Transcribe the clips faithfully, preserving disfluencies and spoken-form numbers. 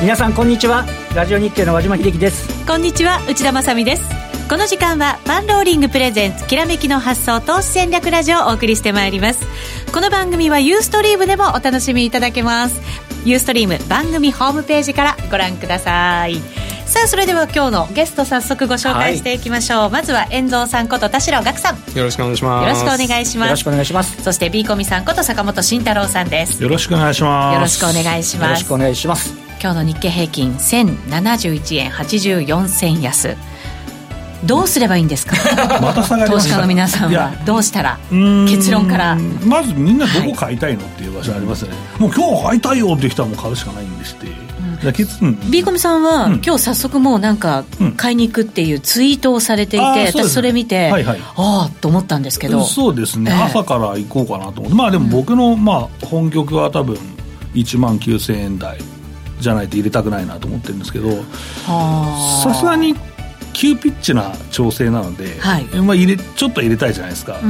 皆さんこんにちは。ラジオ日経の和島秀樹です。 こんにちは、内田まさみです。この時間はパンローリングプレゼンツきらめきの発想投資戦略ラジオをお送りしてまいります。この番組はユーストリームでもお楽しみいただけます。ユーストリーム番組ホームページからご覧ください。さあ、それでは今日のゲスト早速ご紹介していきましょう、はい、まずは遠蔵さんこと田代岳さん、 よろしくお願いします。 よろしくお願いします。 よろしくお願いします。 そして B コミさんこと坂本慎太郎さんです。 よろしくお願いします。 よろしくお願いします。 よろしくお願いします。 今日の日経平均せんななじゅういちえんはちじゅうよんせん安、どうすればいいんですかまた下がりました。 投資家の皆さんはどうしたら、結論からまずみんなどこ買いたいのっていう場所ありますね、はい、もう今日買いたいよっていう人はもう買うしかないんですって、うん、 B コミさんは、うん、今日早速もうなんか買いに行くっていうツイートをされていて、うん、私それ見て、はいはい、ああと思ったんですけど、 そうですね、えー、朝から行こうかなと思って、まあでも僕の、まあ、本局は多分いちまんきゅうせんえん台じゃないと入れたくないなと思ってるんですけど、さすがに急ピッチな調整なので、はい、まあ、入れちょっと入れたいじゃないですか。うん、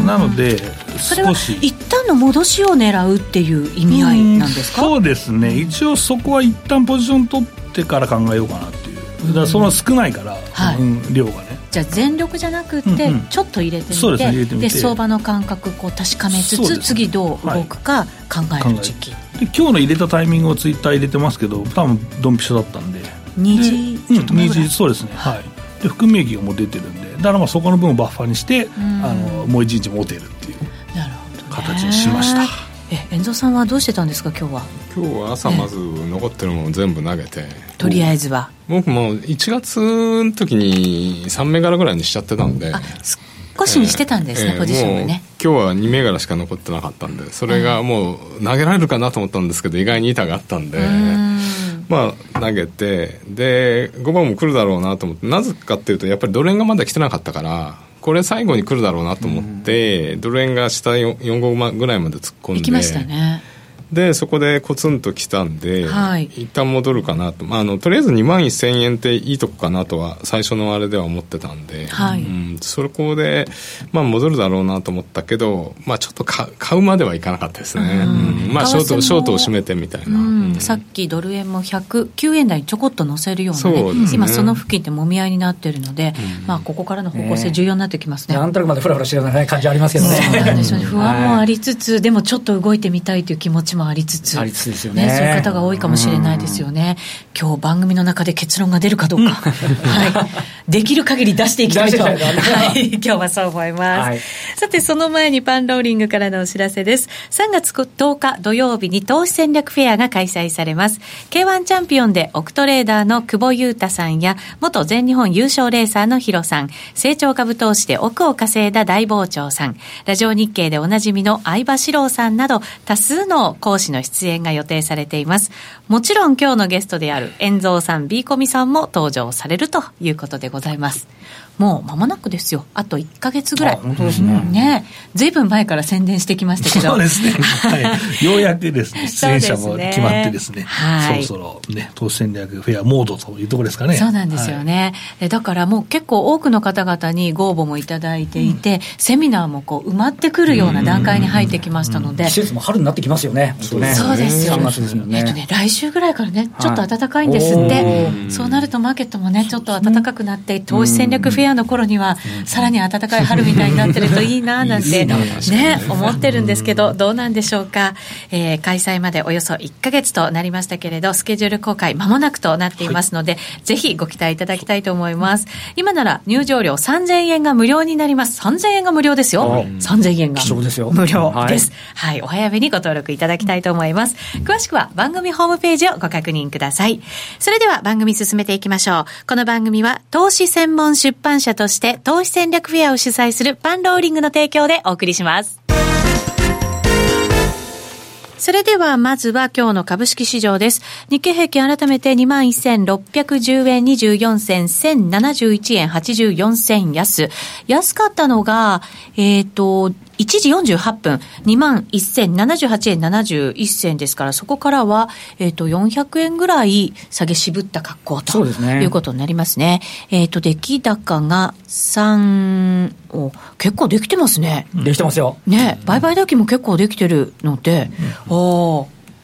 なのでそれは一旦の戻しを狙うっていう意味合いなんですか？ そうですね、一応そこは一旦ポジション取ってから考えようかなっていう、だからその少ないから、はい、うん、量がね、じゃあ全力じゃなくって、うんうん、ちょっと入れてみ て, で、ね、で相場の感覚こう確かめつつ、次どう動くか考える時期、はい、で今日の入れたタイミングをツイッター入れてますけど、多分ドンピシャだったんでにじちょっと前ぐらい、うん、にじ、 そうですね、はい、で含み益がもう出てるんで、だからまあそこの分をバッファーにして、うん、あのもう一日持てるっていう形にしました。 え、遠蔵さんはどうしてたんですか今日は？ 今日は朝まず残ってるものを全部投げて、 とりあえずは僕もいちがつの時にさん銘柄ぐらいにしちゃってたんで、 あ、少しにしてたんですね、えー、ポジションをね。 今日はに銘柄しか残ってなかったんで、それがもう投げられるかなと思ったんですけど、意外に板があったんで、まあ投げて、でごばんも来るだろうなと思って、なぜかっていうとやっぱりドル円がまだ来てなかったから、これ最後に来るだろうなと思って、ドル円が下よんごばんぐらいまで突っ込んで、 行きましたね。 でそこでコツンと来たんで、 はい、 一旦戻るかなと、まあ、あのとりあえずにまんせんえんっていいとこかなとは最初のあれでは思ってたんで、はい、うん、そこで、まあ、戻るだろうなと思ったけど、まあ、ちょっと買う、買うまではいかなかったですね、うんうん、まあ、ショート、ショートを締めてみたいな、 うんうん、さっきドル円もひゃくきゅうえん台にちょこっと乗せるような、ね、そうですね、今その付近ってもみ合いになってるので、うん、まあ、ここからの方向性重要になってきますね。 なんとなくまでフラフラしてるような感じありますけどね。 そうなんですよね、不安もありつつ、でもちょっと動いてみたいという気持ちもありつつ、 ありつつですよね、 ね、そういう方が多いかもしれないですよね。今日番組の中で結論が出るかどうか、はい、できる限り出していきたいと、はい、今日はそう思います、はい、さてその前にパンローリングからのお知らせです。さんがつとおか土曜日に投資戦略フェアが開催されます。 ケーワン チャンピオンでオクトレーダーの久保優太さんや元全日本優勝レーサーのヒロさん、成長株投資で億を稼いだ大傍聴さん、ラジオ日経でおなじみの相場志郎さんなど多数の講師の出演が予定されています。もちろん今日のゲストである遠蔵さん、 B コミさんも登場されるということでございます。もう間もなくですよ、あといっかげつぐらい。 本当ですね、 うん、ね、ずいぶん前から宣伝してきましたけど、 そうですね、はい、ようやくですね、出演者も決まってですね、 はい、 そろそろね、投資戦略フェアモードというところですかね。 そうなんですよね、はい、だからもう結構多くの方々にご応募もいただいていて、うん、セミナーもこう埋まってくるような段階に入ってきましたので、 季節も春になってきますよね。 そうですよ、ですよね、えっとね、来週ぐらいからね、ちょっと暖かいんですって、はい、そうなるとマーケットもねちょっと暖かくなって、投資戦略フェアの頃にはさらに暖かい春みたいになってるといいななんてね思ってるんですけど、どうなんでしょうか。えー、開催までおよそいっかげつとなりましたけれど、スケジュール公開間もなくとなっていますので、はい、ぜひご期待いただきたいと思います。今なら入場料さんぜんえんが無料になります。さんぜんえんが無料ですよ。さんぜんえんが貴重ですよ、 無料です、はいはい、お早めにご登録いただきたいと思います。詳しくは番組ホームページをご確認ください。それでは番組進めていきましょう。この番組は投資専門出版社として投資戦略フェアを主催するパンローリングの提供でお送りします。それではまずは今日の株式市場です。日経平均改めて にまんせんろっぴゃくじゅうえんにじゅうよんせん、せんななじゅういちえんはちじゅうよんせん安。安かったのが、えっと、いちじよんじゅうはっぷん、にまんせんななじゅうはちえんななじゅういっせんですから、そこからは、えっと、よんひゃくえんぐらい下げ渋った格好ということになりますね。えっと、出来高がさん、お、結構できてますね。 できてますよ。 ね、売買代金も結構できてるので、うん、お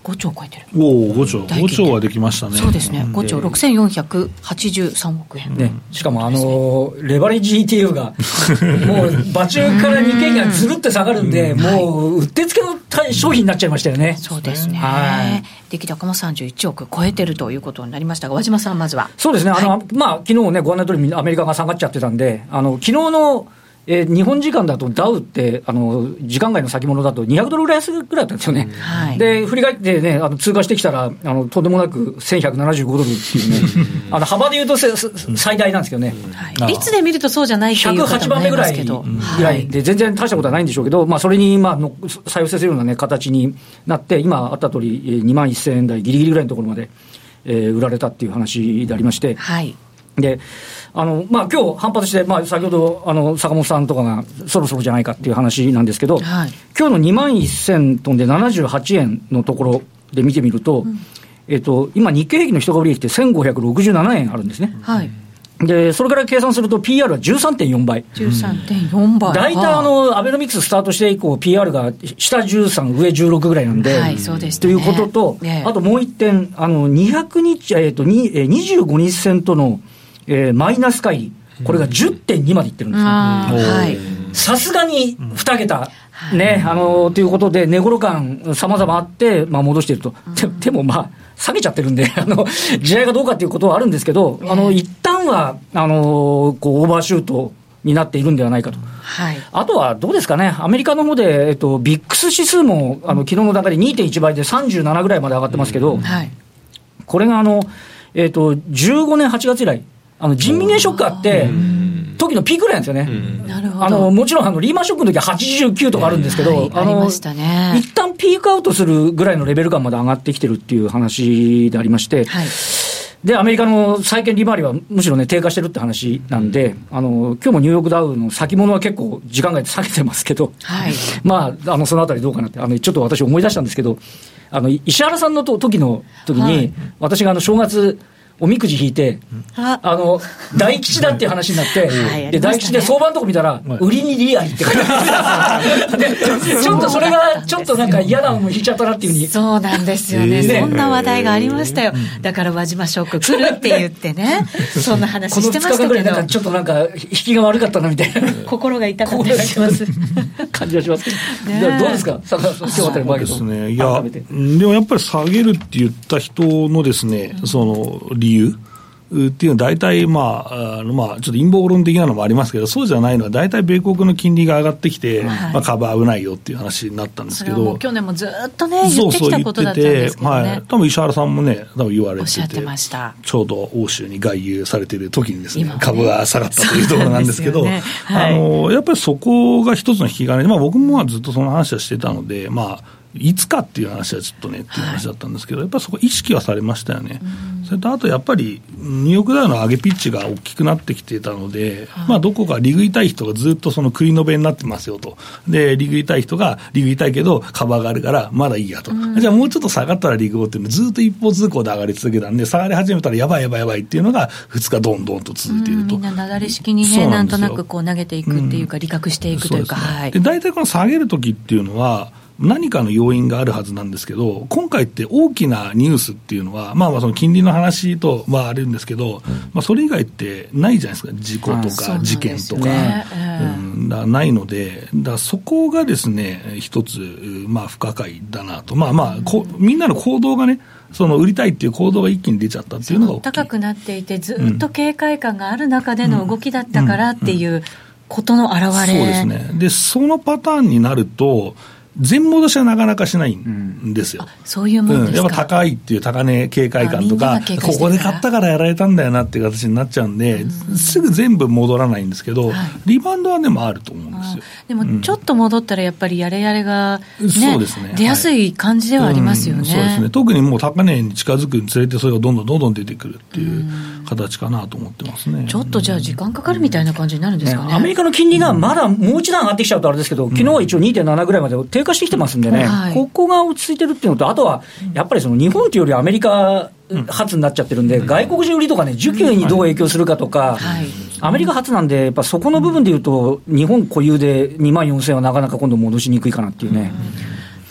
ごちょう超えてる。 おお、ごちょうごちょうはできましたね。 そうですね、ごちょうろくせんよんひゃくはちじゅうさんおくえん、 ね、しかもあのレバレッジ イーティーエフ がもう場中から日経平均がずるって下がるんで、もううってつけの商品になっちゃいましたよね。 そうですね、 はい、 出来高もさんじゅういちおく超えてるということになりましたが、和島さんまずは。 そうですね、あの、 はい、 まあ、昨日ねご案内通りアメリカが下がっちゃってたんで、あの昨日のえー、日本時間だとダウってあの時間外の先物だとにひゃくドルぐらい安ぐらいだったんですよね、 はい、 で振り返ってねあの通過してきたらあのとんでもなくせんひゃくななじゅうごドルっていうねあの幅でいうと最大なんですけどね、 はい、率で見るとそうじゃないっていう方もいますけど、 ひゃくはちばんめぐらいぐらいで全然大したことはないんでしょうけど、まあ、それにまあの再寄せするような、ね、形になって今あった通りにまんせんえん台ギリギリぐらいのところまで、えー、売られたっていう話でありまして、 はいであのまあ、今日反発して、まあ、先ほどあの坂本さんとかがそろそろじゃないかっていう話なんですけど、はい、今日のにまんせん飛んでななじゅうはちえんのところで見てみると、うんえっと、今日経平均の一株利益ってせんごひゃくろくじゅうななえんあるんですね、はい、でそれから計算すると ピーアール は じゅうさんてんよんばいじゅうさんてんよんばい大体あのアベノミクススタートして以降 ピーアール が下じゅうさん上じゅうろくぐらいなんで、 はい、そうでしたとね、 いうことと、ね、あともう一点あのにひゃくにち、えっと、にじゅうごにち線とのえー、マイナス乖離、これが じゅってんに までいってるんですよ、はい、さすがにに桁、うん、ね、あのー、ということで値頃感さまざまあって、まあ、戻していると、うん、で, でもまあ下げちゃってるんであの時代がどうかということはあるんですけど、あの一旦はあのー、こうオーバーシュートになっているんではないかと、はい、あとはどうですかね、アメリカの方で、えっと、ビックス指数もあの昨日の段階で にてんいちばいでさんじゅうななぐらいまで上がってますけど、うんはい、これがあの、えっと、じゅうごねんはちがつ以来あの人民元ショックあって時のピークぐらいなんですよね。 なるほど。 あのもちろんあのリーマンショックの時ははちじゅうきゅうとかあるんですけど、はい、あのありましたね。一旦ピークアウトするぐらいのレベル感まで上がってきてるっていう話でありまして、はい、でアメリカの債券利回りはむしろね低下してるって話なんで、あの今日もニューヨークダウの先物は結構時間外で下げてますけど、はい、まああのそのあたりどうかなってあのちょっと私思い出したんですけど、あの石原さんのと時の時に、はい、私があの正月おみくじ引いて、あの大吉だっていう話になって、はい、で大吉で相場のとこ見たら、はい、売りに利合いって書いてあるんですよ。ちょっとそれがちょっとなんか嫌なのも引いちゃったなっていうふうに。 そうなんですよね。えー、そんな話題がありましたよ。だから輪島ショック来るって言ってね、そんな話してましたけど。このふつかかんぐらいなんかちょっとなんか引きが悪かったなみたいな。心が痛かったりします。 感じがしますけど。ね、どうですか。さ今日あたりマーケット。 そうですね。いやでもやっぱり下げるって言った人のですね、うん、その理由。っていうのは大体、まああのまあ、ちょっと陰謀論的なのもありますけど、そうじゃないのは大体米国の金利が上がってきて、はいまあ、株危ないよっていう話になったんですけど、それはもう去年もずっとね言ってきたことだったんですけどね。そうそう言ってて、はい、多分石原さんもね多分言われてて、 おっしゃってました。 ちょうど欧州に外遊されている時にですね、ね株が下がったというところなんですけど、ねはい、あのやっぱりそこが一つの引き金で、まあ、僕もずっとその話はしてたので、まあいつかっていう話はちょっとねっていう話だったんですけど、はい、やっぱりそこ意識はされましたよね。それとあとやっぱりニューヨークダウの上げピッチが大きくなってきてたので、はいまあ、どこか利食いたい人がずっとその繰り延べになってますよと。で利食いたい人が利食いたいけど株上がるからまだいいやと、うん、じゃあもうちょっと下がったら利食おうっていうのずっと一方通行で上がり続けたんで、下がり始めたらやばいやばいやばいっていうのがふつかどんどんと続いていると、 うん、みんななだれ式にねなんとなくこう投げていくっていうか、うん、利確していくというか、 そうですね。 はい、 で大体この下げるときっていうのは何かの要因があるはずなんですけど、今回って大きなニュースっていうのは、まあ、まあその金利の話とはあるんですけど、うんまあ、それ以外ってないじゃないですか。事故とか事件とか、ねうん、だないので、だそこがですね一つ、まあ、不可解だなと、まあまあこみんなの行動がねその売りたいっていう行動が一気に出ちゃったっていうのが大きい。 高くなっていてずっと警戒感がある中での動きだったからっていうことの表れ、うんうんうん、 そうですね。でそのパターンになると全戻しはなかなかしないんですよ、うん、 そういうもんですか、 うん、やっぱ高いっていう高値警戒感とかここで買ったからやられたんだよなっていう形になっちゃうんで、うん、すぐ全部戻らないんですけど、はい、リバウンドはでもあると思うんですよ。 でもちょっと戻ったらやっぱりやれやれが、ねそうですね、出やすい感じではありますよね、 はいうん、そうですね。特にもう高値に近づくにつれてそれがどんどんどんどん出てくるっていう形かなと思ってますね。 ちょっとじゃあ時間かかるみたいな感じになるんですかね。 ねアメリカの金利がまだもう一段上がってきちゃうとあれですけど、昨日は一応 にてんなな ぐらいまで低下してきてますんでね、うんはい、ここが落ち着いてるっていうのと、あとはやっぱりその日本というよりアメリカ発になっちゃってるんで、うん、外国人売りとかね需給にどう影響するかとか、うんはい、アメリカ発なんでやっぱそこの部分でいうと日本固有でにまんよんせんはなかなか今度戻しにくいかなっていうね、 うん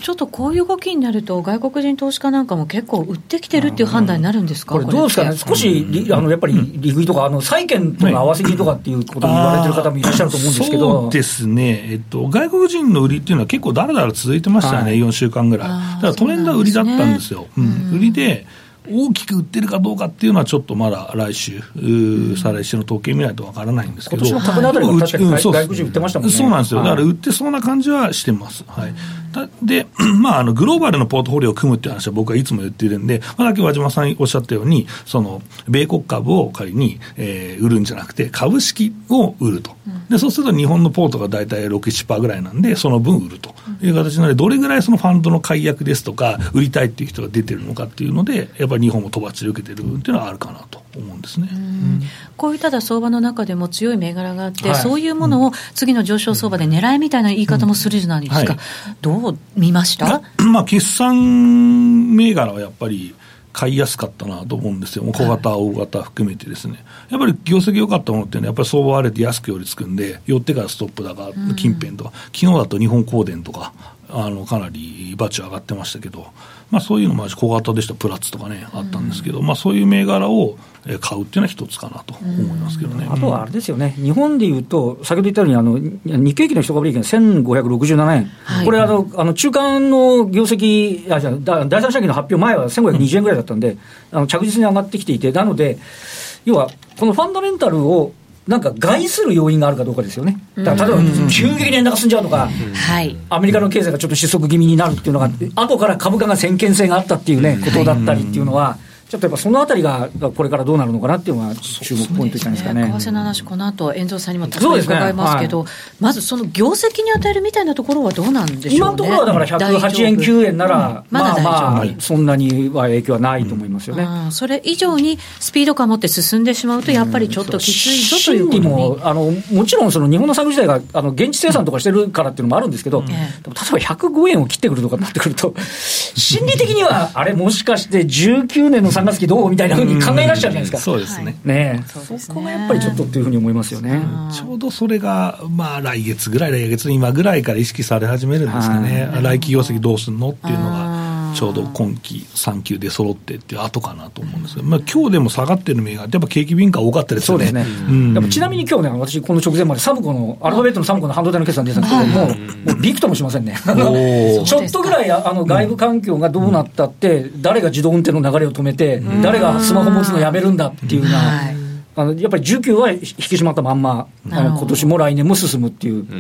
ちょっとこういう動きになると外国人投資家なんかも結構売ってきてるっていう判断になるんですか？ これどうですかね、少しあのやっぱり利食いとかあの債券との合わせ金とかっていうことを言われてる方もいらっしゃると思うんですけど、 そうですね、えっと、外国人の売りっていうのは結構だらだら続いてましたよね、はい、よんしゅうかんぐらい。だからトレンドは売りだったんですよ。うん、売りで大きく売ってるかどうかっていうのはちょっとまだ来週、うん、再来週の統計見ないとわからないんですけど、 今年の株のあたりが確かに外国人売ってましたもんね。 そうなんですよ。だから売ってそうな感じはしてます。はい。で、まあ、あの、グローバルのポートフォリオを組むっていう話は僕はいつも言っているんで、まあ、さっき和島さんおっしゃったように、その、米国株を仮に、えー、売るんじゃなくて、株式を売ると。で、そうすると日本のポートがだいたいろく、ななパーセントぐらいなんで、その分売るという形なので、どれぐらいそのファンドの解約ですとか、売りたいっていう人が出てるのかっていうので、やっぱり日本も飛ばちで受けてる部分っていうのはあるかなと思うんですね。うん、 こういうただ相場の中でも強い銘柄があって、はい、そういうものを次の上昇相場で狙いみたいな言い方もするじゃないですか。うんはい、どう見ました？ まあ、決算銘柄はやっぱり買いやすかったなと思うんですよ。小型、大型含めてですね。やっぱり業績良かったものっていうのはやっぱり相場割れて安く寄りつくんで、寄ってからストップ高近辺とか、うん、昨日だと日本光電とかあのかなりバチ上がってましたけど、まあ、そういうのも小型でしたプラッツとかねあったんですけど、まあ、そういう銘柄を買うっていうのは一つかなと思いますけどね。 あとはあれですよね、日本でいうと先ほど言ったようにあの日経平均の一株利益がせんごひゃくろくじゅうななえん、はい、これあのあの中間の業績あじゃあ第三四半期の発表前はせんごひゃくにじゅうえんぐらいだったんで、あの着実に上がってきていて、なので要はこのファンダメンタルをなんか害する要因があるかどうかですよね。だから例えば急激に円高進んじゃうとか、アメリカの経済がちょっと失速気味になるっていうのが後から株価が先見性があったっていうねことだったりっていうのは、ちょっとやっぱそのあたりがこれからどうなるのかなっていうのが注目ポイントじゃないですかね。 為替の話この後遠藤さんにもたっぷり伺いますけど、ねはい、まずその業績に与えるみたいなところはどうなんでしょうね。 今のところはだからひゃくはちえんきゅうえんなら、うん、まだまあまあそんなには影響はないと思いますよね。 うん、それ以上にスピード感を持って進んでしまうとやっぱりちょっときついぞということに、うん、もあのもちろんその日本の産業自体があの現地生産とかしてるからっていうのもあるんですけど、うん、例えばひゃくごえんを切ってくるとかになってくると心理的にはあれもしかしてじゅうきゅうねんのさんがつ期どうみたいな考えらっしゃるじゃないですか。 そうですね。 ねえ、そうですね。そこがやっぱりちょっとっていうふうに思いますよね。 ちょうどそれがまあ来月ぐらい来月の今ぐらいから意識され始めるんですかね。来期業績どうするのっていうのがちょうど今期さん級で揃ってっていう後かなと思うんですけど、まあ今日でも下がってる銘柄ってやっぱ景気敏感多かったですよね。 そうですね。うん、でもちなみに今日ね、私この直前までサムコのアルファベットのサムコの半導体の決算出てたんですけども、もうびくともしませんね。ちょっとぐらいあの外部環境がどうなったって、誰が自動運転の流れを止めて、誰がスマホ持つのやめるんだっていうような。あのやっぱり需給は引き締まったまんま、あの今年も来年も進むっていう、うん、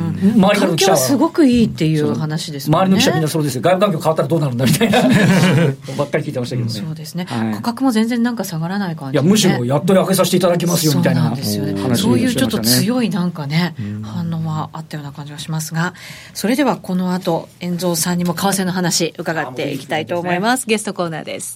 周りからの記者は環境はすごくいいっていう話ですもんね。 周りの記者みんなそうですよ。外部環境変わったらどうなるんだみたいなばっかり聞いてましたけどね。 そうですね、はい、価格も全然なんか下がらない感じ、 ね、いやむしろやっと上げさせていただきますよみたいな、 そうなんですよね。 話そういうちょっと強いなんかね、反応はあったような感じがしますが、それではこの後遠蔵さんにも為替の話伺っていきたいと思います。ゲストコーナーです。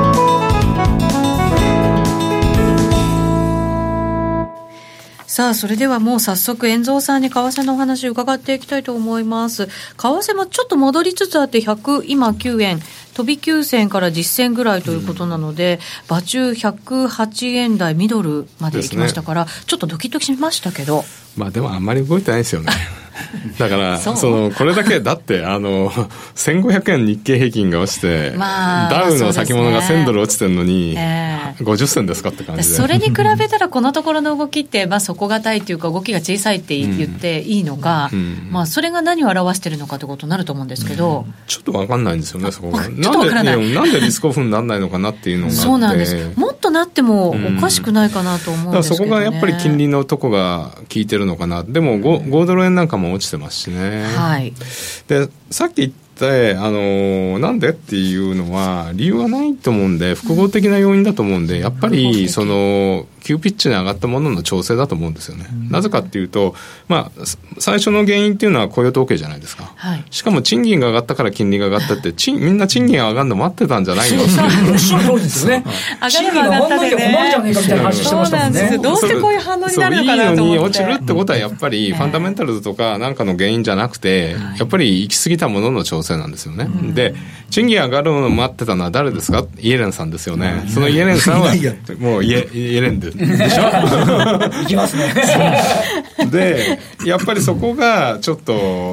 さあそれではもう早速遠蔵さんに為替のお話を伺っていきたいと思います。為替もちょっと戻りつつあってひゃく今きゅうえん飛びきゅう銭からじゅっ銭ぐらいということなので、うん、場中ひゃくはちえん台ミドルまで行きましたから、ね、ちょっとドキッとしましたけど、 まあでもあんまり動いてないですよねだからそのこれだけだってあのせんごひゃくえん日経平均が落ちて、まあ、ダウの先物がせんドル落ちてるのに、えー、ごじゅっ銭ですかって感じで、 それに比べたらこのところの動きってまあ底堅いというか動きが小さいって言っていいのか、うんうんまあ、それが何を表しているのかということになると思うんですけど、うん、 ちょっと分かんないんですよねそこがちょっと分からない。なんでリスクオフにならないのかなっていうのがあって、 そうなんです。もっとなってもおかしくないかなと思うんですけどね、 だからそこがやっぱり金利のとこが効いてるのかな。でも 5, 5ドル円なんかも落ちてますしね、 はい、 でさっき言ったあのなんでっていうのは理由はないと思うんで、複合的な要因だと思うんで、やっぱりその急ピッチに上がったものの調整だと思うんですよね、うん、なぜかっていうと、まあ、最初の原因っていうのは雇用統計じゃないですか、はい、しかも賃金が上がったから金利が上がったってみんな賃金が上がるの待ってたんじゃないのっていうそうですね賃金が上がったでね困るじゃねえかみたいな話してましたもんね。 どうしてこういう反応になるのかなと思って、 いいのに落ちるってことはやっぱりファンダメンタルズとかなんかの原因じゃなくて、やっぱり行き過ぎたものの調整なんですよね、うん、で賃金上がるのを待ってたのは誰ですか。イエレンさんですよね。そのイエレンさんはもうイエ、イエレンででしょいきますねでやっぱりそこがちょっと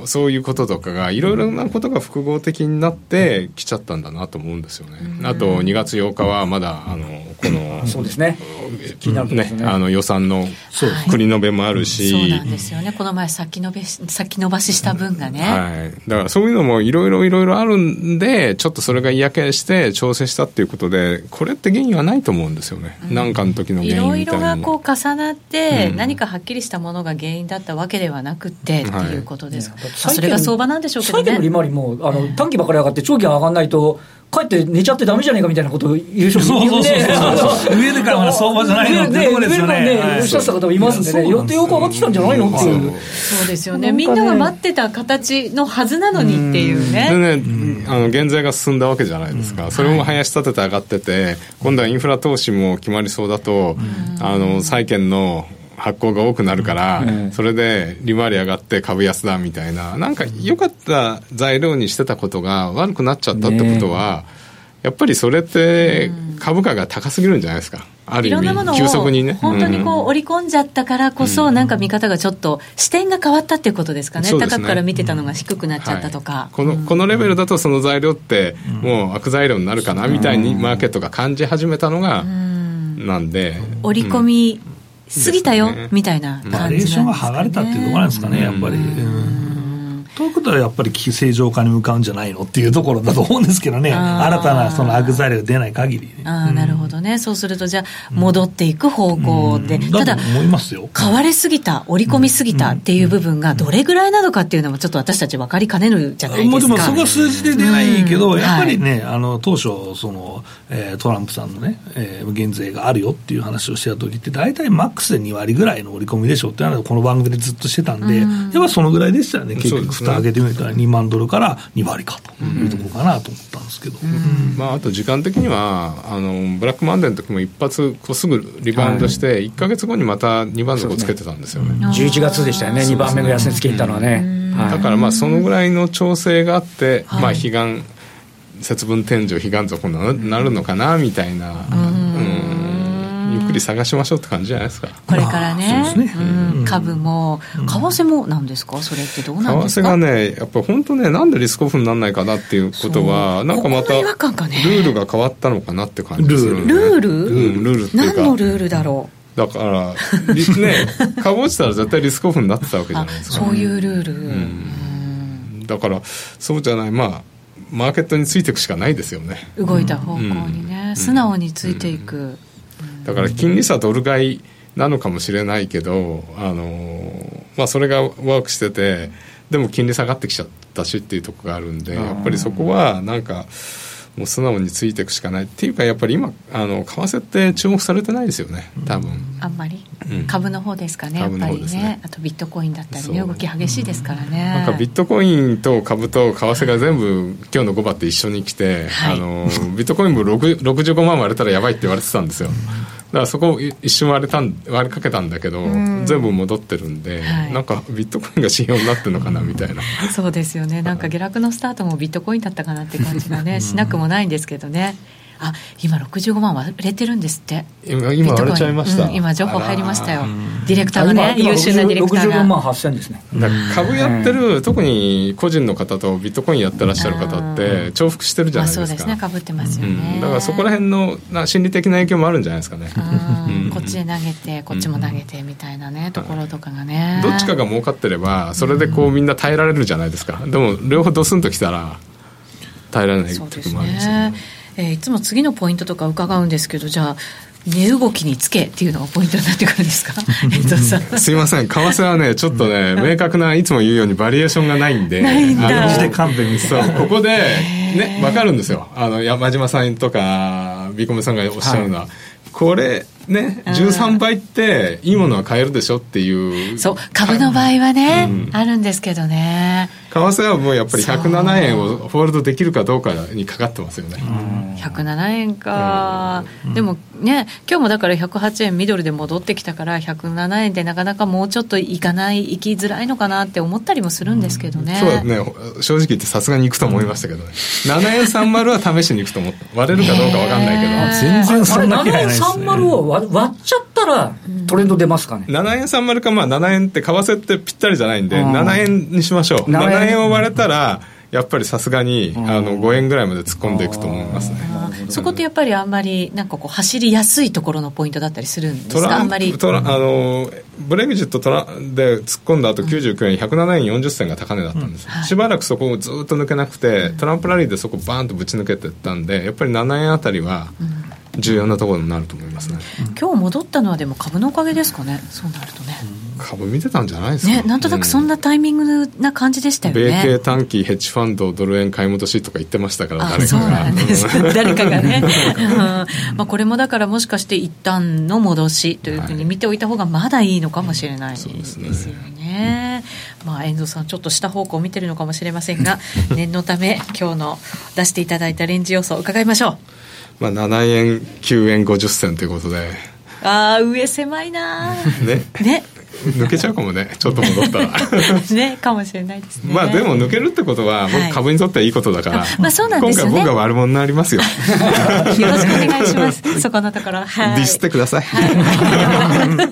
そういうこととかがいろいろなことが複合的になってきちゃったんだなと思うんですよね。あとにがつようかはまだあのこのそうですね、気になるところですね、 あの予算の繰り延べもあるし、 はい、そうなんですよね。この前先延べ先延ばしした分がね、 はい、だからそういうのもいろいろいろいろあるんで、ちょっとそれが嫌気して調整したっていうことで、これって原因はないと思うんですよね。何、うん、かの時の原因みたいな、 いろいろがこう重なって、うん、何かはっきりしたものが原因だったわけではなくて、うん、っていうことです、はい、それが相場なんでしょうけどね。 債券の利回りもあの短期ばかり上がって長期が上がらないとかえって寝ちゃってダメじゃねえかみたいなことを言う人もいるんで、 上でからまだ相場じゃないのってところですよね。 上からおっしゃった方もいますんでね、予定よく上がってきたんじゃないのっていう。 そうですよね。みんなが待ってた形のはずなのにっていうね。 でね、あの減税が進んだわけじゃないですか。それも林立てて上がってて、今度はインフラ投資も決まりそうだと、あの債券の発行が多くなるから、うん、それで利回り上がって株安だみたいな、なんか良かった材料にしてたことが悪くなっちゃったってことは、ね、やっぱりそれって株価が高すぎるんじゃないですか。ある意味急速にね、 本当にこう織り込んじゃったからこそ、うん、なんか見方がちょっと視点が変わったっていうことですかね。 そうですね、 高くから見てたのが低くなっちゃったとか、 はい、この、このレベルだとその材料ってもう悪材料になるかなみたいにマーケットが感じ始めたのがなんで、 織り込み過ぎたよ、ね、みたいな感じなんですかね。 バリエーションが剥がれたっていうところなんですかね、やっぱり。うんということはやっぱり正常化に向かうんじゃないのっていうところだと思うんですけどね。新たなその悪材料が出ない限り、ね、 あ、うん、なるほどね。そうするとじゃあ戻っていく方向で、うん、ただ思いますよ。 買われすぎた、織り込みすぎたっていう部分がどれぐらいなのかっていうのもちょっと私たち分かりかねるじゃないですか。 もちろんそこは数字で出ないけど、うん、やっぱりね、はい、あの当初その、えー、トランプさんのね、えー、減税があるよっていう話をしてた時って大体マックスでにわりぐらいの織り込みでしょっていうのはこの番組でずっとしてたんで、うん、やっぱそのぐらいでしたよね。結局蓋開けてみるとにまんドルからにわりかというところかなと思ったんですけど、うんうんまあ、あと時間的にはあのブラックマンデーの時も一発こうすぐリバウンドして、はい、いっかげつごにまたにばん底つけてたんですよね。 じゅういちがつでしたよね、にばんめの安値つけたのはね、 うんはい、だからまあそのぐらいの調整があって、はいまあ、悲願節分天井悲願底になるのかなみたいな、うんゆっくり探しましょうって感じじゃないですか。 これからね、 そうですね、 うん、株も為替もなんですか、それってどうなんですか。 為替がねやっぱ本当ね、なんでリスクオフにならないかなっていうことはなんかまたルールが変わったのかなって感じでする、ね、 ルール、 うん、ルールっていうか何のルールだろう。 だからね株落ちたら絶対リスクオフになってたわけじゃないですか。 そういうルール、 うん、だからそうじゃない、まあマーケットについていくしかないですよね。 動いた方向にね、うん、素直についていく、うんだから金利差ドル買いなのかもしれないけど、あの、まあ、それがワークしててでも金利下がってきちゃったしっていうところがあるんで、やっぱりそこはなんかもう素直についていくしかないっていうか、やっぱり今あの為替って注目されてないですよね多分。 あんまり、 うん、 株の方ですかね、やっぱり ね, ねあとビットコインだったりね動き激しいですからね。 なんかビットコインと株と為替が全部今日のごばって一緒に来て、はい、あのビットコインもろくじゅうごまん割れたらやばいって言われてたんですよ。だからそこを一瞬割れたん割れかけたんだけど、全部戻ってるんで、はい、なんかビットコインが信用になってるのかなみたいなそうですよね。なんか下落のスタートもビットコインだったかなって感じがねしなくもないんですけどね。あ、今ろくじゅうごまん割れてるんですって。 今、今割れちゃいました、 うん、今情報入りましたよ。ディレクターがね、優秀なディレクターがろくじゅうごまんはっせんですね。 だから株やってる、特に個人の方とビットコインやってらっしゃる方って重複してるじゃないですか。 まあ、そうですね、株ってますよね、 うん、だからそこら辺のな心理的な影響もあるんじゃないですかね。 うん、こっちへ投げてこっちも投げてみたいなね、うん、ところとかがね、 どっちかが儲かってればそれでこうみんな耐えられるじゃないですか。でも両方ドスンときたら耐えられない時もあるんですよね。 えー、いつも次のポイントとか伺うんですけど、じゃあ値動きにつけっていうのがポイントになってくるんですか江藤さんすいません、為替はねちょっとね明確ないつも言うようにバリエーションがないんで、 ないんだ、 あので勘弁にそうここでね分かるんですよ。あの山島さんとかビコムさんがおっしゃるのは、はい、これね、じゅうさんばいっていいものは買えるでしょっていう、 うん、そう株の場合はね、うん、あるんですけどね、 為替はもうやっぱりひゃくななえんをホールドできるかどうかにかかってますよね。 うん、ひゃくななえんか、うん、でもね今日もだからひゃくはちえんミドルで戻ってきたからひゃくななえんでなかなかもうちょっといかないいきづらいのかなって思ったりもするんですけどね、 うん、そうね、正直言ってさすがに行くと思いましたけどね、うん、ななえんさんじゅうは試しに行くと思って割れるかどうか分かんないけど、 全然そんな気配ないですね。 ななえんさんじゅうを割っちゃったたらトレンド出ますかね。 ななえんさんじゅうか、まあ、ななえんって為替ってぴったりじゃないんでななえんにしましょう。ななえんを割れたらやっぱりさすがにあのごえんぐらいまで突っ込んでいくと思いますね。 そこってやっぱりあんまりなんかこう走りやすいところのポイントだったりするんですか。あんまりトラあのブレグジットトラで突っ込んだ後きゅうじゅうきゅうえんひゃくななえんよんじゅっせんが高値だったんです、うんはい、しばらくそこをずっと抜けなくてトランプラリーでそこバーンとぶち抜けていったんでやっぱりななえんあたりは重要なところになると思いますね、 うん、今日戻ったのはでも株のおかげですかね。そうなるとね、 うん、株見てたんじゃないですかね。 なんとなくそんなタイミングな感じでしたよね、うん、 米系短期ヘッジファンドドル円買い戻しとか言ってましたから誰かが。 そうなんです誰かがね、うんまあ、これもだからもしかして一旦の戻しというふうに見ておいた方がまだいいのかもしれないですよね、はい、そうですね。まあ、遠藤さんちょっと下方向を見てるのかもしれませんが念のため今日の出していただいたレンジ予想を伺いましょう。 まあ、ななえんきゅうえんごじゅっせんということであー上狭いなねね抜けちゃうかもねちょっと戻ったらねかもしれないですね。 まあでも抜けるってことは僕株にとってはいいことだから、はいまあ、そうなんですよね、 今回僕が悪者になりますよよろしくお願いしますそこのところ、はい、 ディスってください、 はい、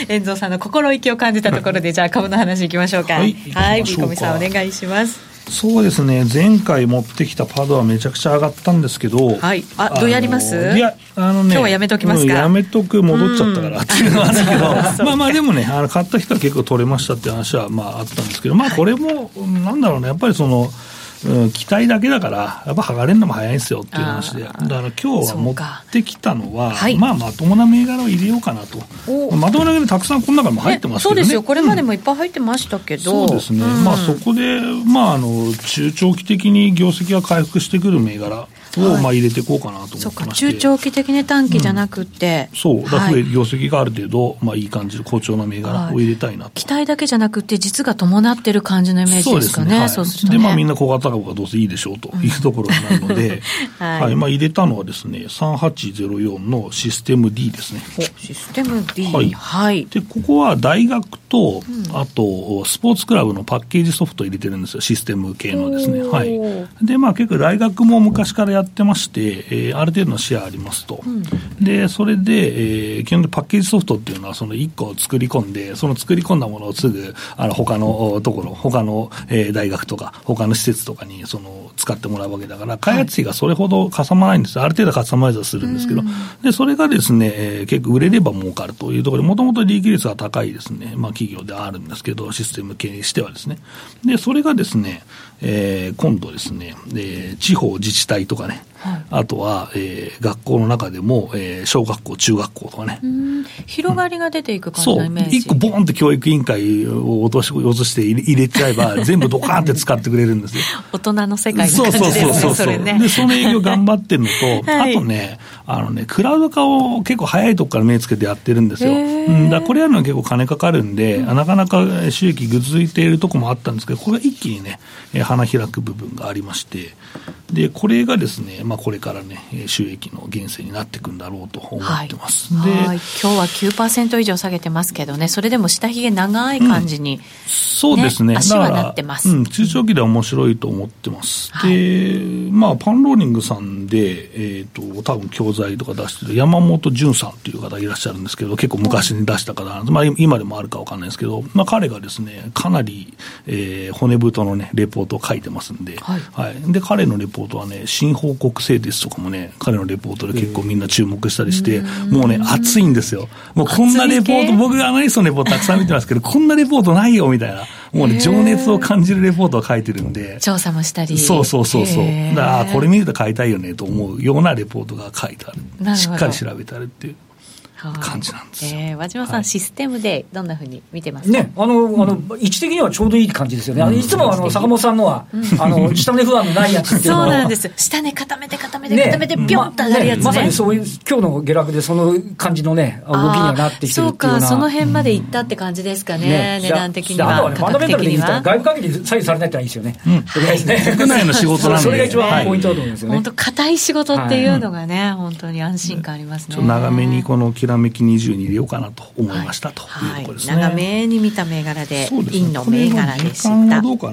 遠藤さんの心意気を感じたところでじゃあ株の話いきましょうか。はい、はい、ビーコミさんお願いします。 そうですね、前回持ってきたパドはめちゃくちゃ上がったんですけど、 はい、あどうやります？ いやあの、ね、 今日はやめときますか。 やめとく、戻っちゃったからっていうのはあるけどまあまあでもねあの買った人は結構取れましたっていう話はまああったんですけど、まあこれもなんだろうねやっぱりそのうん、期待だけだからやっぱ剥がれるのも早いんですよっていう話で、だから今日は持ってきたのは、はい、まあまともな銘柄を入れようかなと。まともな銘柄たくさんこの中にも入ってますけどね。 そうですよ、これまでもいっぱい入ってましたけど、 うん、そうですね、うん、まあそこで、まあ、あの中長期的に業績が回復してくる銘柄をまあ入れていこうかなと思ってまして、そうか中長期的に短期じゃなくて、 うん、そうだから業績がある程度、まあ、いい感じで好調な銘柄を入れたいなと、はい、 期待だけじゃなくて実が伴ってる感じのイメージですかね。 そうですね、はい、 そうするとね、 でまあみんな小型株がどうせいいでしょうというところになるので、はいはい、まあ、入れたのはですねさんはちゼロよんのシステム D ですね。 システム D、 はいはい、でここは大学と、うん、あとスポーツクラブのパッケージソフトを入れてるんですよ、システム系のですね、はい、でまあ結構大学も昔からやってまして、えー、ある程度のシェアありますと、うん、でそれで、えー、基本的にパッケージソフトっていうのはそのいっこ作り込んでその作り込んだものをすぐあの他のところ他の、えー、大学とか他の施設とかにその使ってもらうわけだから開発費がそれほどかさまないんです、はい、ある程度カスタマイズはするんですけど、うん、でそれがですね、えー、結構売れれば儲かるというところでもともと利益率が高いですね、まあ、企業ではあるんですけどシステム系にしてはですね、でそれがですね、えー、今度ですね、えー、地方自治体とかね、はい、あとは、えー、学校の中でも、えー、小学校中学校とかね、 うん、広がりが出ていく感じのイメージ、 そう一個ボーンって教育委員会を落とし落として入れちゃえば全部ドカーンって使ってくれるんですよ大人の世界の感じですね。 そうそうそうそう、 それね、 でその営業頑張ってるのと、はい、あとねあのねクラウド化を結構早いとこから目つけてやってるんですよ、うん、だからこれやるのは結構金かかるんで、うん、なかなか収益ぐずいているとこもあったんですけどこれが一気にね花開く部分がありまして、でこれがですね、まあ、これからね収益の源泉になっていくんだろうと思ってます、 はい、ではい、今日は きゅうパーセント 以上下げてますけどね、それでも下髭長い感じに、うん、 そうですね、 足はなってます、 うん、中長期では面白いと思ってます、はい、でまあパンローリングさんで、えー、と多分教材とか出してる山本淳さんという方いらっしゃるんですけど結構昔に出した方なんです、まあ、今でもあるか分かんないですけど、まあ、彼がですねかなり、えー、骨太のねレポートを書いてますんで、はいはい、で彼のレポートはね新報告制ですとかもね彼のレポートで結構みんな注目したりしてもうね熱いんですよ。もうこんなレポート僕がアナリストのレポートたくさん見てますけどこんなレポートないよみたいなもうね情熱を感じるレポートを書いてるんで調査もしたりそうそうそうそうだからこれ見ると買いたいよねと思うようなレポートが書いてある、しっかり調べてあるっていう感じなんですよ。 えー、和島さん、はい、システムでどんなふうに見てますか？ ね、あの、うん、あの位置的にはちょうどいい感じですよね。うん、いつもあの坂本さんのは、うん、あの下値不安のないやつっていうのはそうなんです。下値固めて固めて固めてピョンと上がるやつね。 ま、ねまさにそういう今日の下落でその感じのね動きにはなってきてるっていうような。 そうか、その辺までいったって感じですかね。ね、値段的には。 あとはねファンダメンタルで言ったら外部関係に左右されないってのはいいですよね。うん、とりあえずね。 国内の仕事なんで。 それが一番ポイントだと思うんですよね。 本当硬い仕事っていうのがね、はい、本当に安心感ありますね。 ちょっと長めにこのきらめきにじゅうに入れようかなと思いました、はい、というところですね。 はい、長めに見た銘柄で、インの銘柄でした。 時間はどうかな。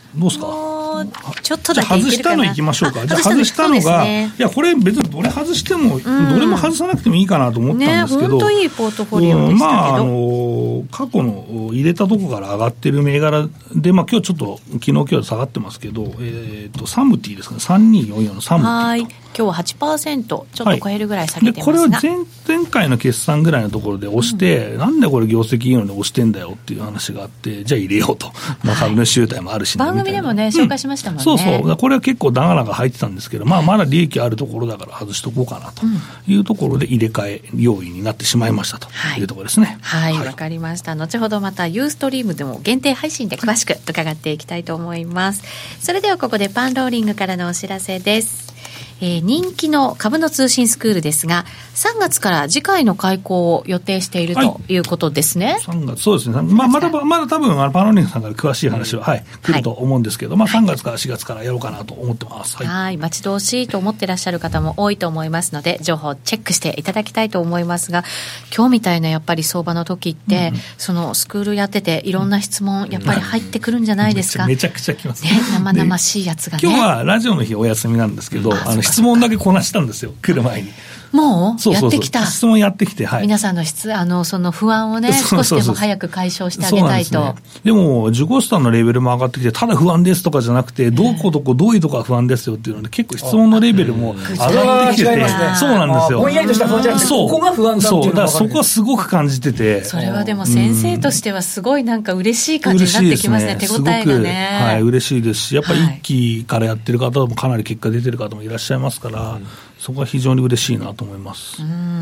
どうですか？ ちょっとだけいけるかな。 じゃあ外したのいきましょうか。じゃあ外外したのが、 ね、 いやこれ別にどれ外しても、うん、どれも外さなくてもいいかなと思ったんですけど、 ね、本当いいポートフォリオでしたけど、うん、まああの過去の入れたとこから上がってる銘柄で、まあ今日ちょっと昨日今日下がってますけど、えー、とサムティですかね、さんにーよんよんのサムティ。 はい、今日は はちパーセント ちょっと超えるぐらい下げてますが、 はい、でこれは 前, 前回の決算ぐらいのところで押して、うん、なんでこれ業績いいのに押してんだよっていう話があって、じゃあ入れようと、まあ、株主優待もあるし、ね、 番組でもね紹介しましたもんね、 うん、そうそう、これは結構長々入ってたんですけど、まあ、まだ利益あるところだから外しとこうかなというところで入れ替え要因になってしまいましたというところですね。 はい、わ、はい、かりました。後ほどまたユーストリームでも限定配信で詳しく伺っていきたいと思います。それではここでパンローリングからのお知らせです。えー、人気の株の通信スクールですが、さんがつから次回の開講を予定しているということですね。はい、 さんがつ、そうですね。まあ、まだまだ多分あのパンローリングさんから詳しい話は、うん、はい、来ると思うんですけど、まあ、さんがつからしがつからやろうかなと思ってます。はい、 はい、待ち遠しいと思ってらっしゃる方も多いと思いますので、情報をチェックしていただきたいと思いますが、今日みたいなやっぱり相場の時って、うん、そのスクールやってていろんな質問やっぱり入ってくるんじゃないですか。 うん、めちゃくちゃ来ますね。 ね、生々しいやつがね。 今日はラジオの日お休みなんですけど、あの質問だけこなしたんですよ、来る前に。 もうそうそうそう、 やってきた。 質問やってきて、はい、 皆さんの質あのその不安をね、少しでも早く解消してあげたいと。 そうなんですね。でも自己スタンのレベルも上がってきて、ただ不安ですとかじゃなくて、どこどこどういうとこが不安ですよっていうので、結構質問のレベルも上がってきてて、ね、そうなんですよ。 ぼんやりとした不安じゃなくて、ここが不安だっていうのが分かる。そう、だからそこはすごく感じてて、 それはでも先生としてはすごいなんか嬉しい感じになってきますね。手応えがね。 はい、嬉しいですし、やっぱり一期からやってる方もかなり結果出てる方もいらっしゃいますから、うん、そこは非常に嬉しいなと思います。 うん、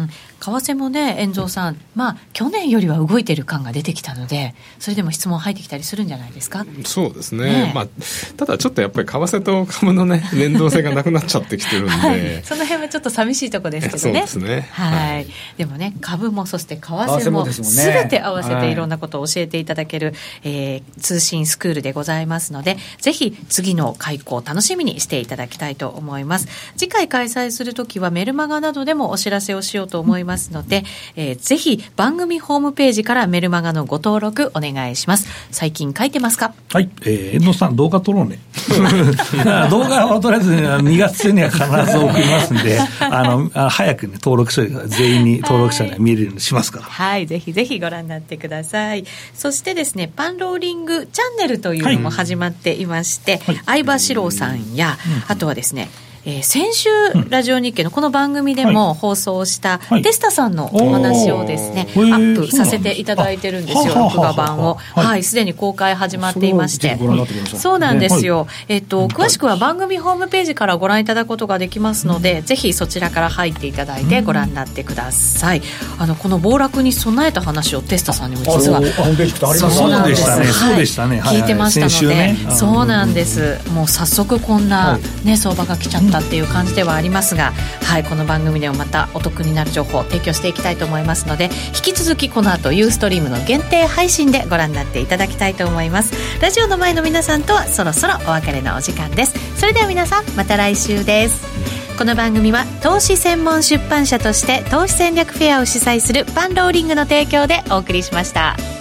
為替もね、遠藤さん、まあ、去年よりは動いてる感が出てきたので、それでも質問入ってきたりするんじゃないですか。 そうですね、ね、まあ、ただちょっとやっぱり為替と株の、ね、連動性がなくなっちゃってきてるんで、はい、 その辺はちょっと寂しいところですけどね。 そうですね、 はいはい、でもね、株もそして為替もすべて合わせていろんなことを教えていただける、はい、えー、通信スクールでございますので、ぜひ次の開講を楽しみにしていただきたいと思います。次回開催するときはメルマガなどでもお知らせをしようと思いますので、えー、ぜひ番組ホームページからメルマガのご登録お願いします。最近書いてますか？ はい、えー、遠藤さん動画撮ろうね動画はとりあえずにがつ中には必ず送りますんであのあ早くね登録して全員に登録者には見えるようにしますから、 はい、はい、ぜひぜひご覧になってください。そしてですね、パンローリングチャンネルというのも始まっていまして、はい、相場志郎さんや、うん、あとはですね、えー、先週、うん、ラジオ日経のこの番組でも放送した、はい、テスタさんのお話をですね、はい、アップさせていただいてるんですよ、録画版を。はい、すでに公開始まっていまして、そうなんですよ、えーと、詳しくは番組ホームページからご覧いただくことができますので、うん、ぜひそちらから入っていただいてご覧になってください。あのこの暴落に備えた話をテスタさんにも実はそうなんです、そうでしたね、 聞いてましたので、ね、そうなんです、もう早速こんな、ね、相場が来ちゃったっていう感じではありますが、はい、この番組でもまたお得になる情報を提供していきたいと思いますので、引き続きこの後ユーストリームの限定配信でご覧になっていただきたいと思います。ラジオの前の皆さんとはそろそろお別れのお時間です。それでは皆さんまた来週です。この番組は投資専門出版社として投資戦略フェアを主催するパンローリングの提供でお送りしました。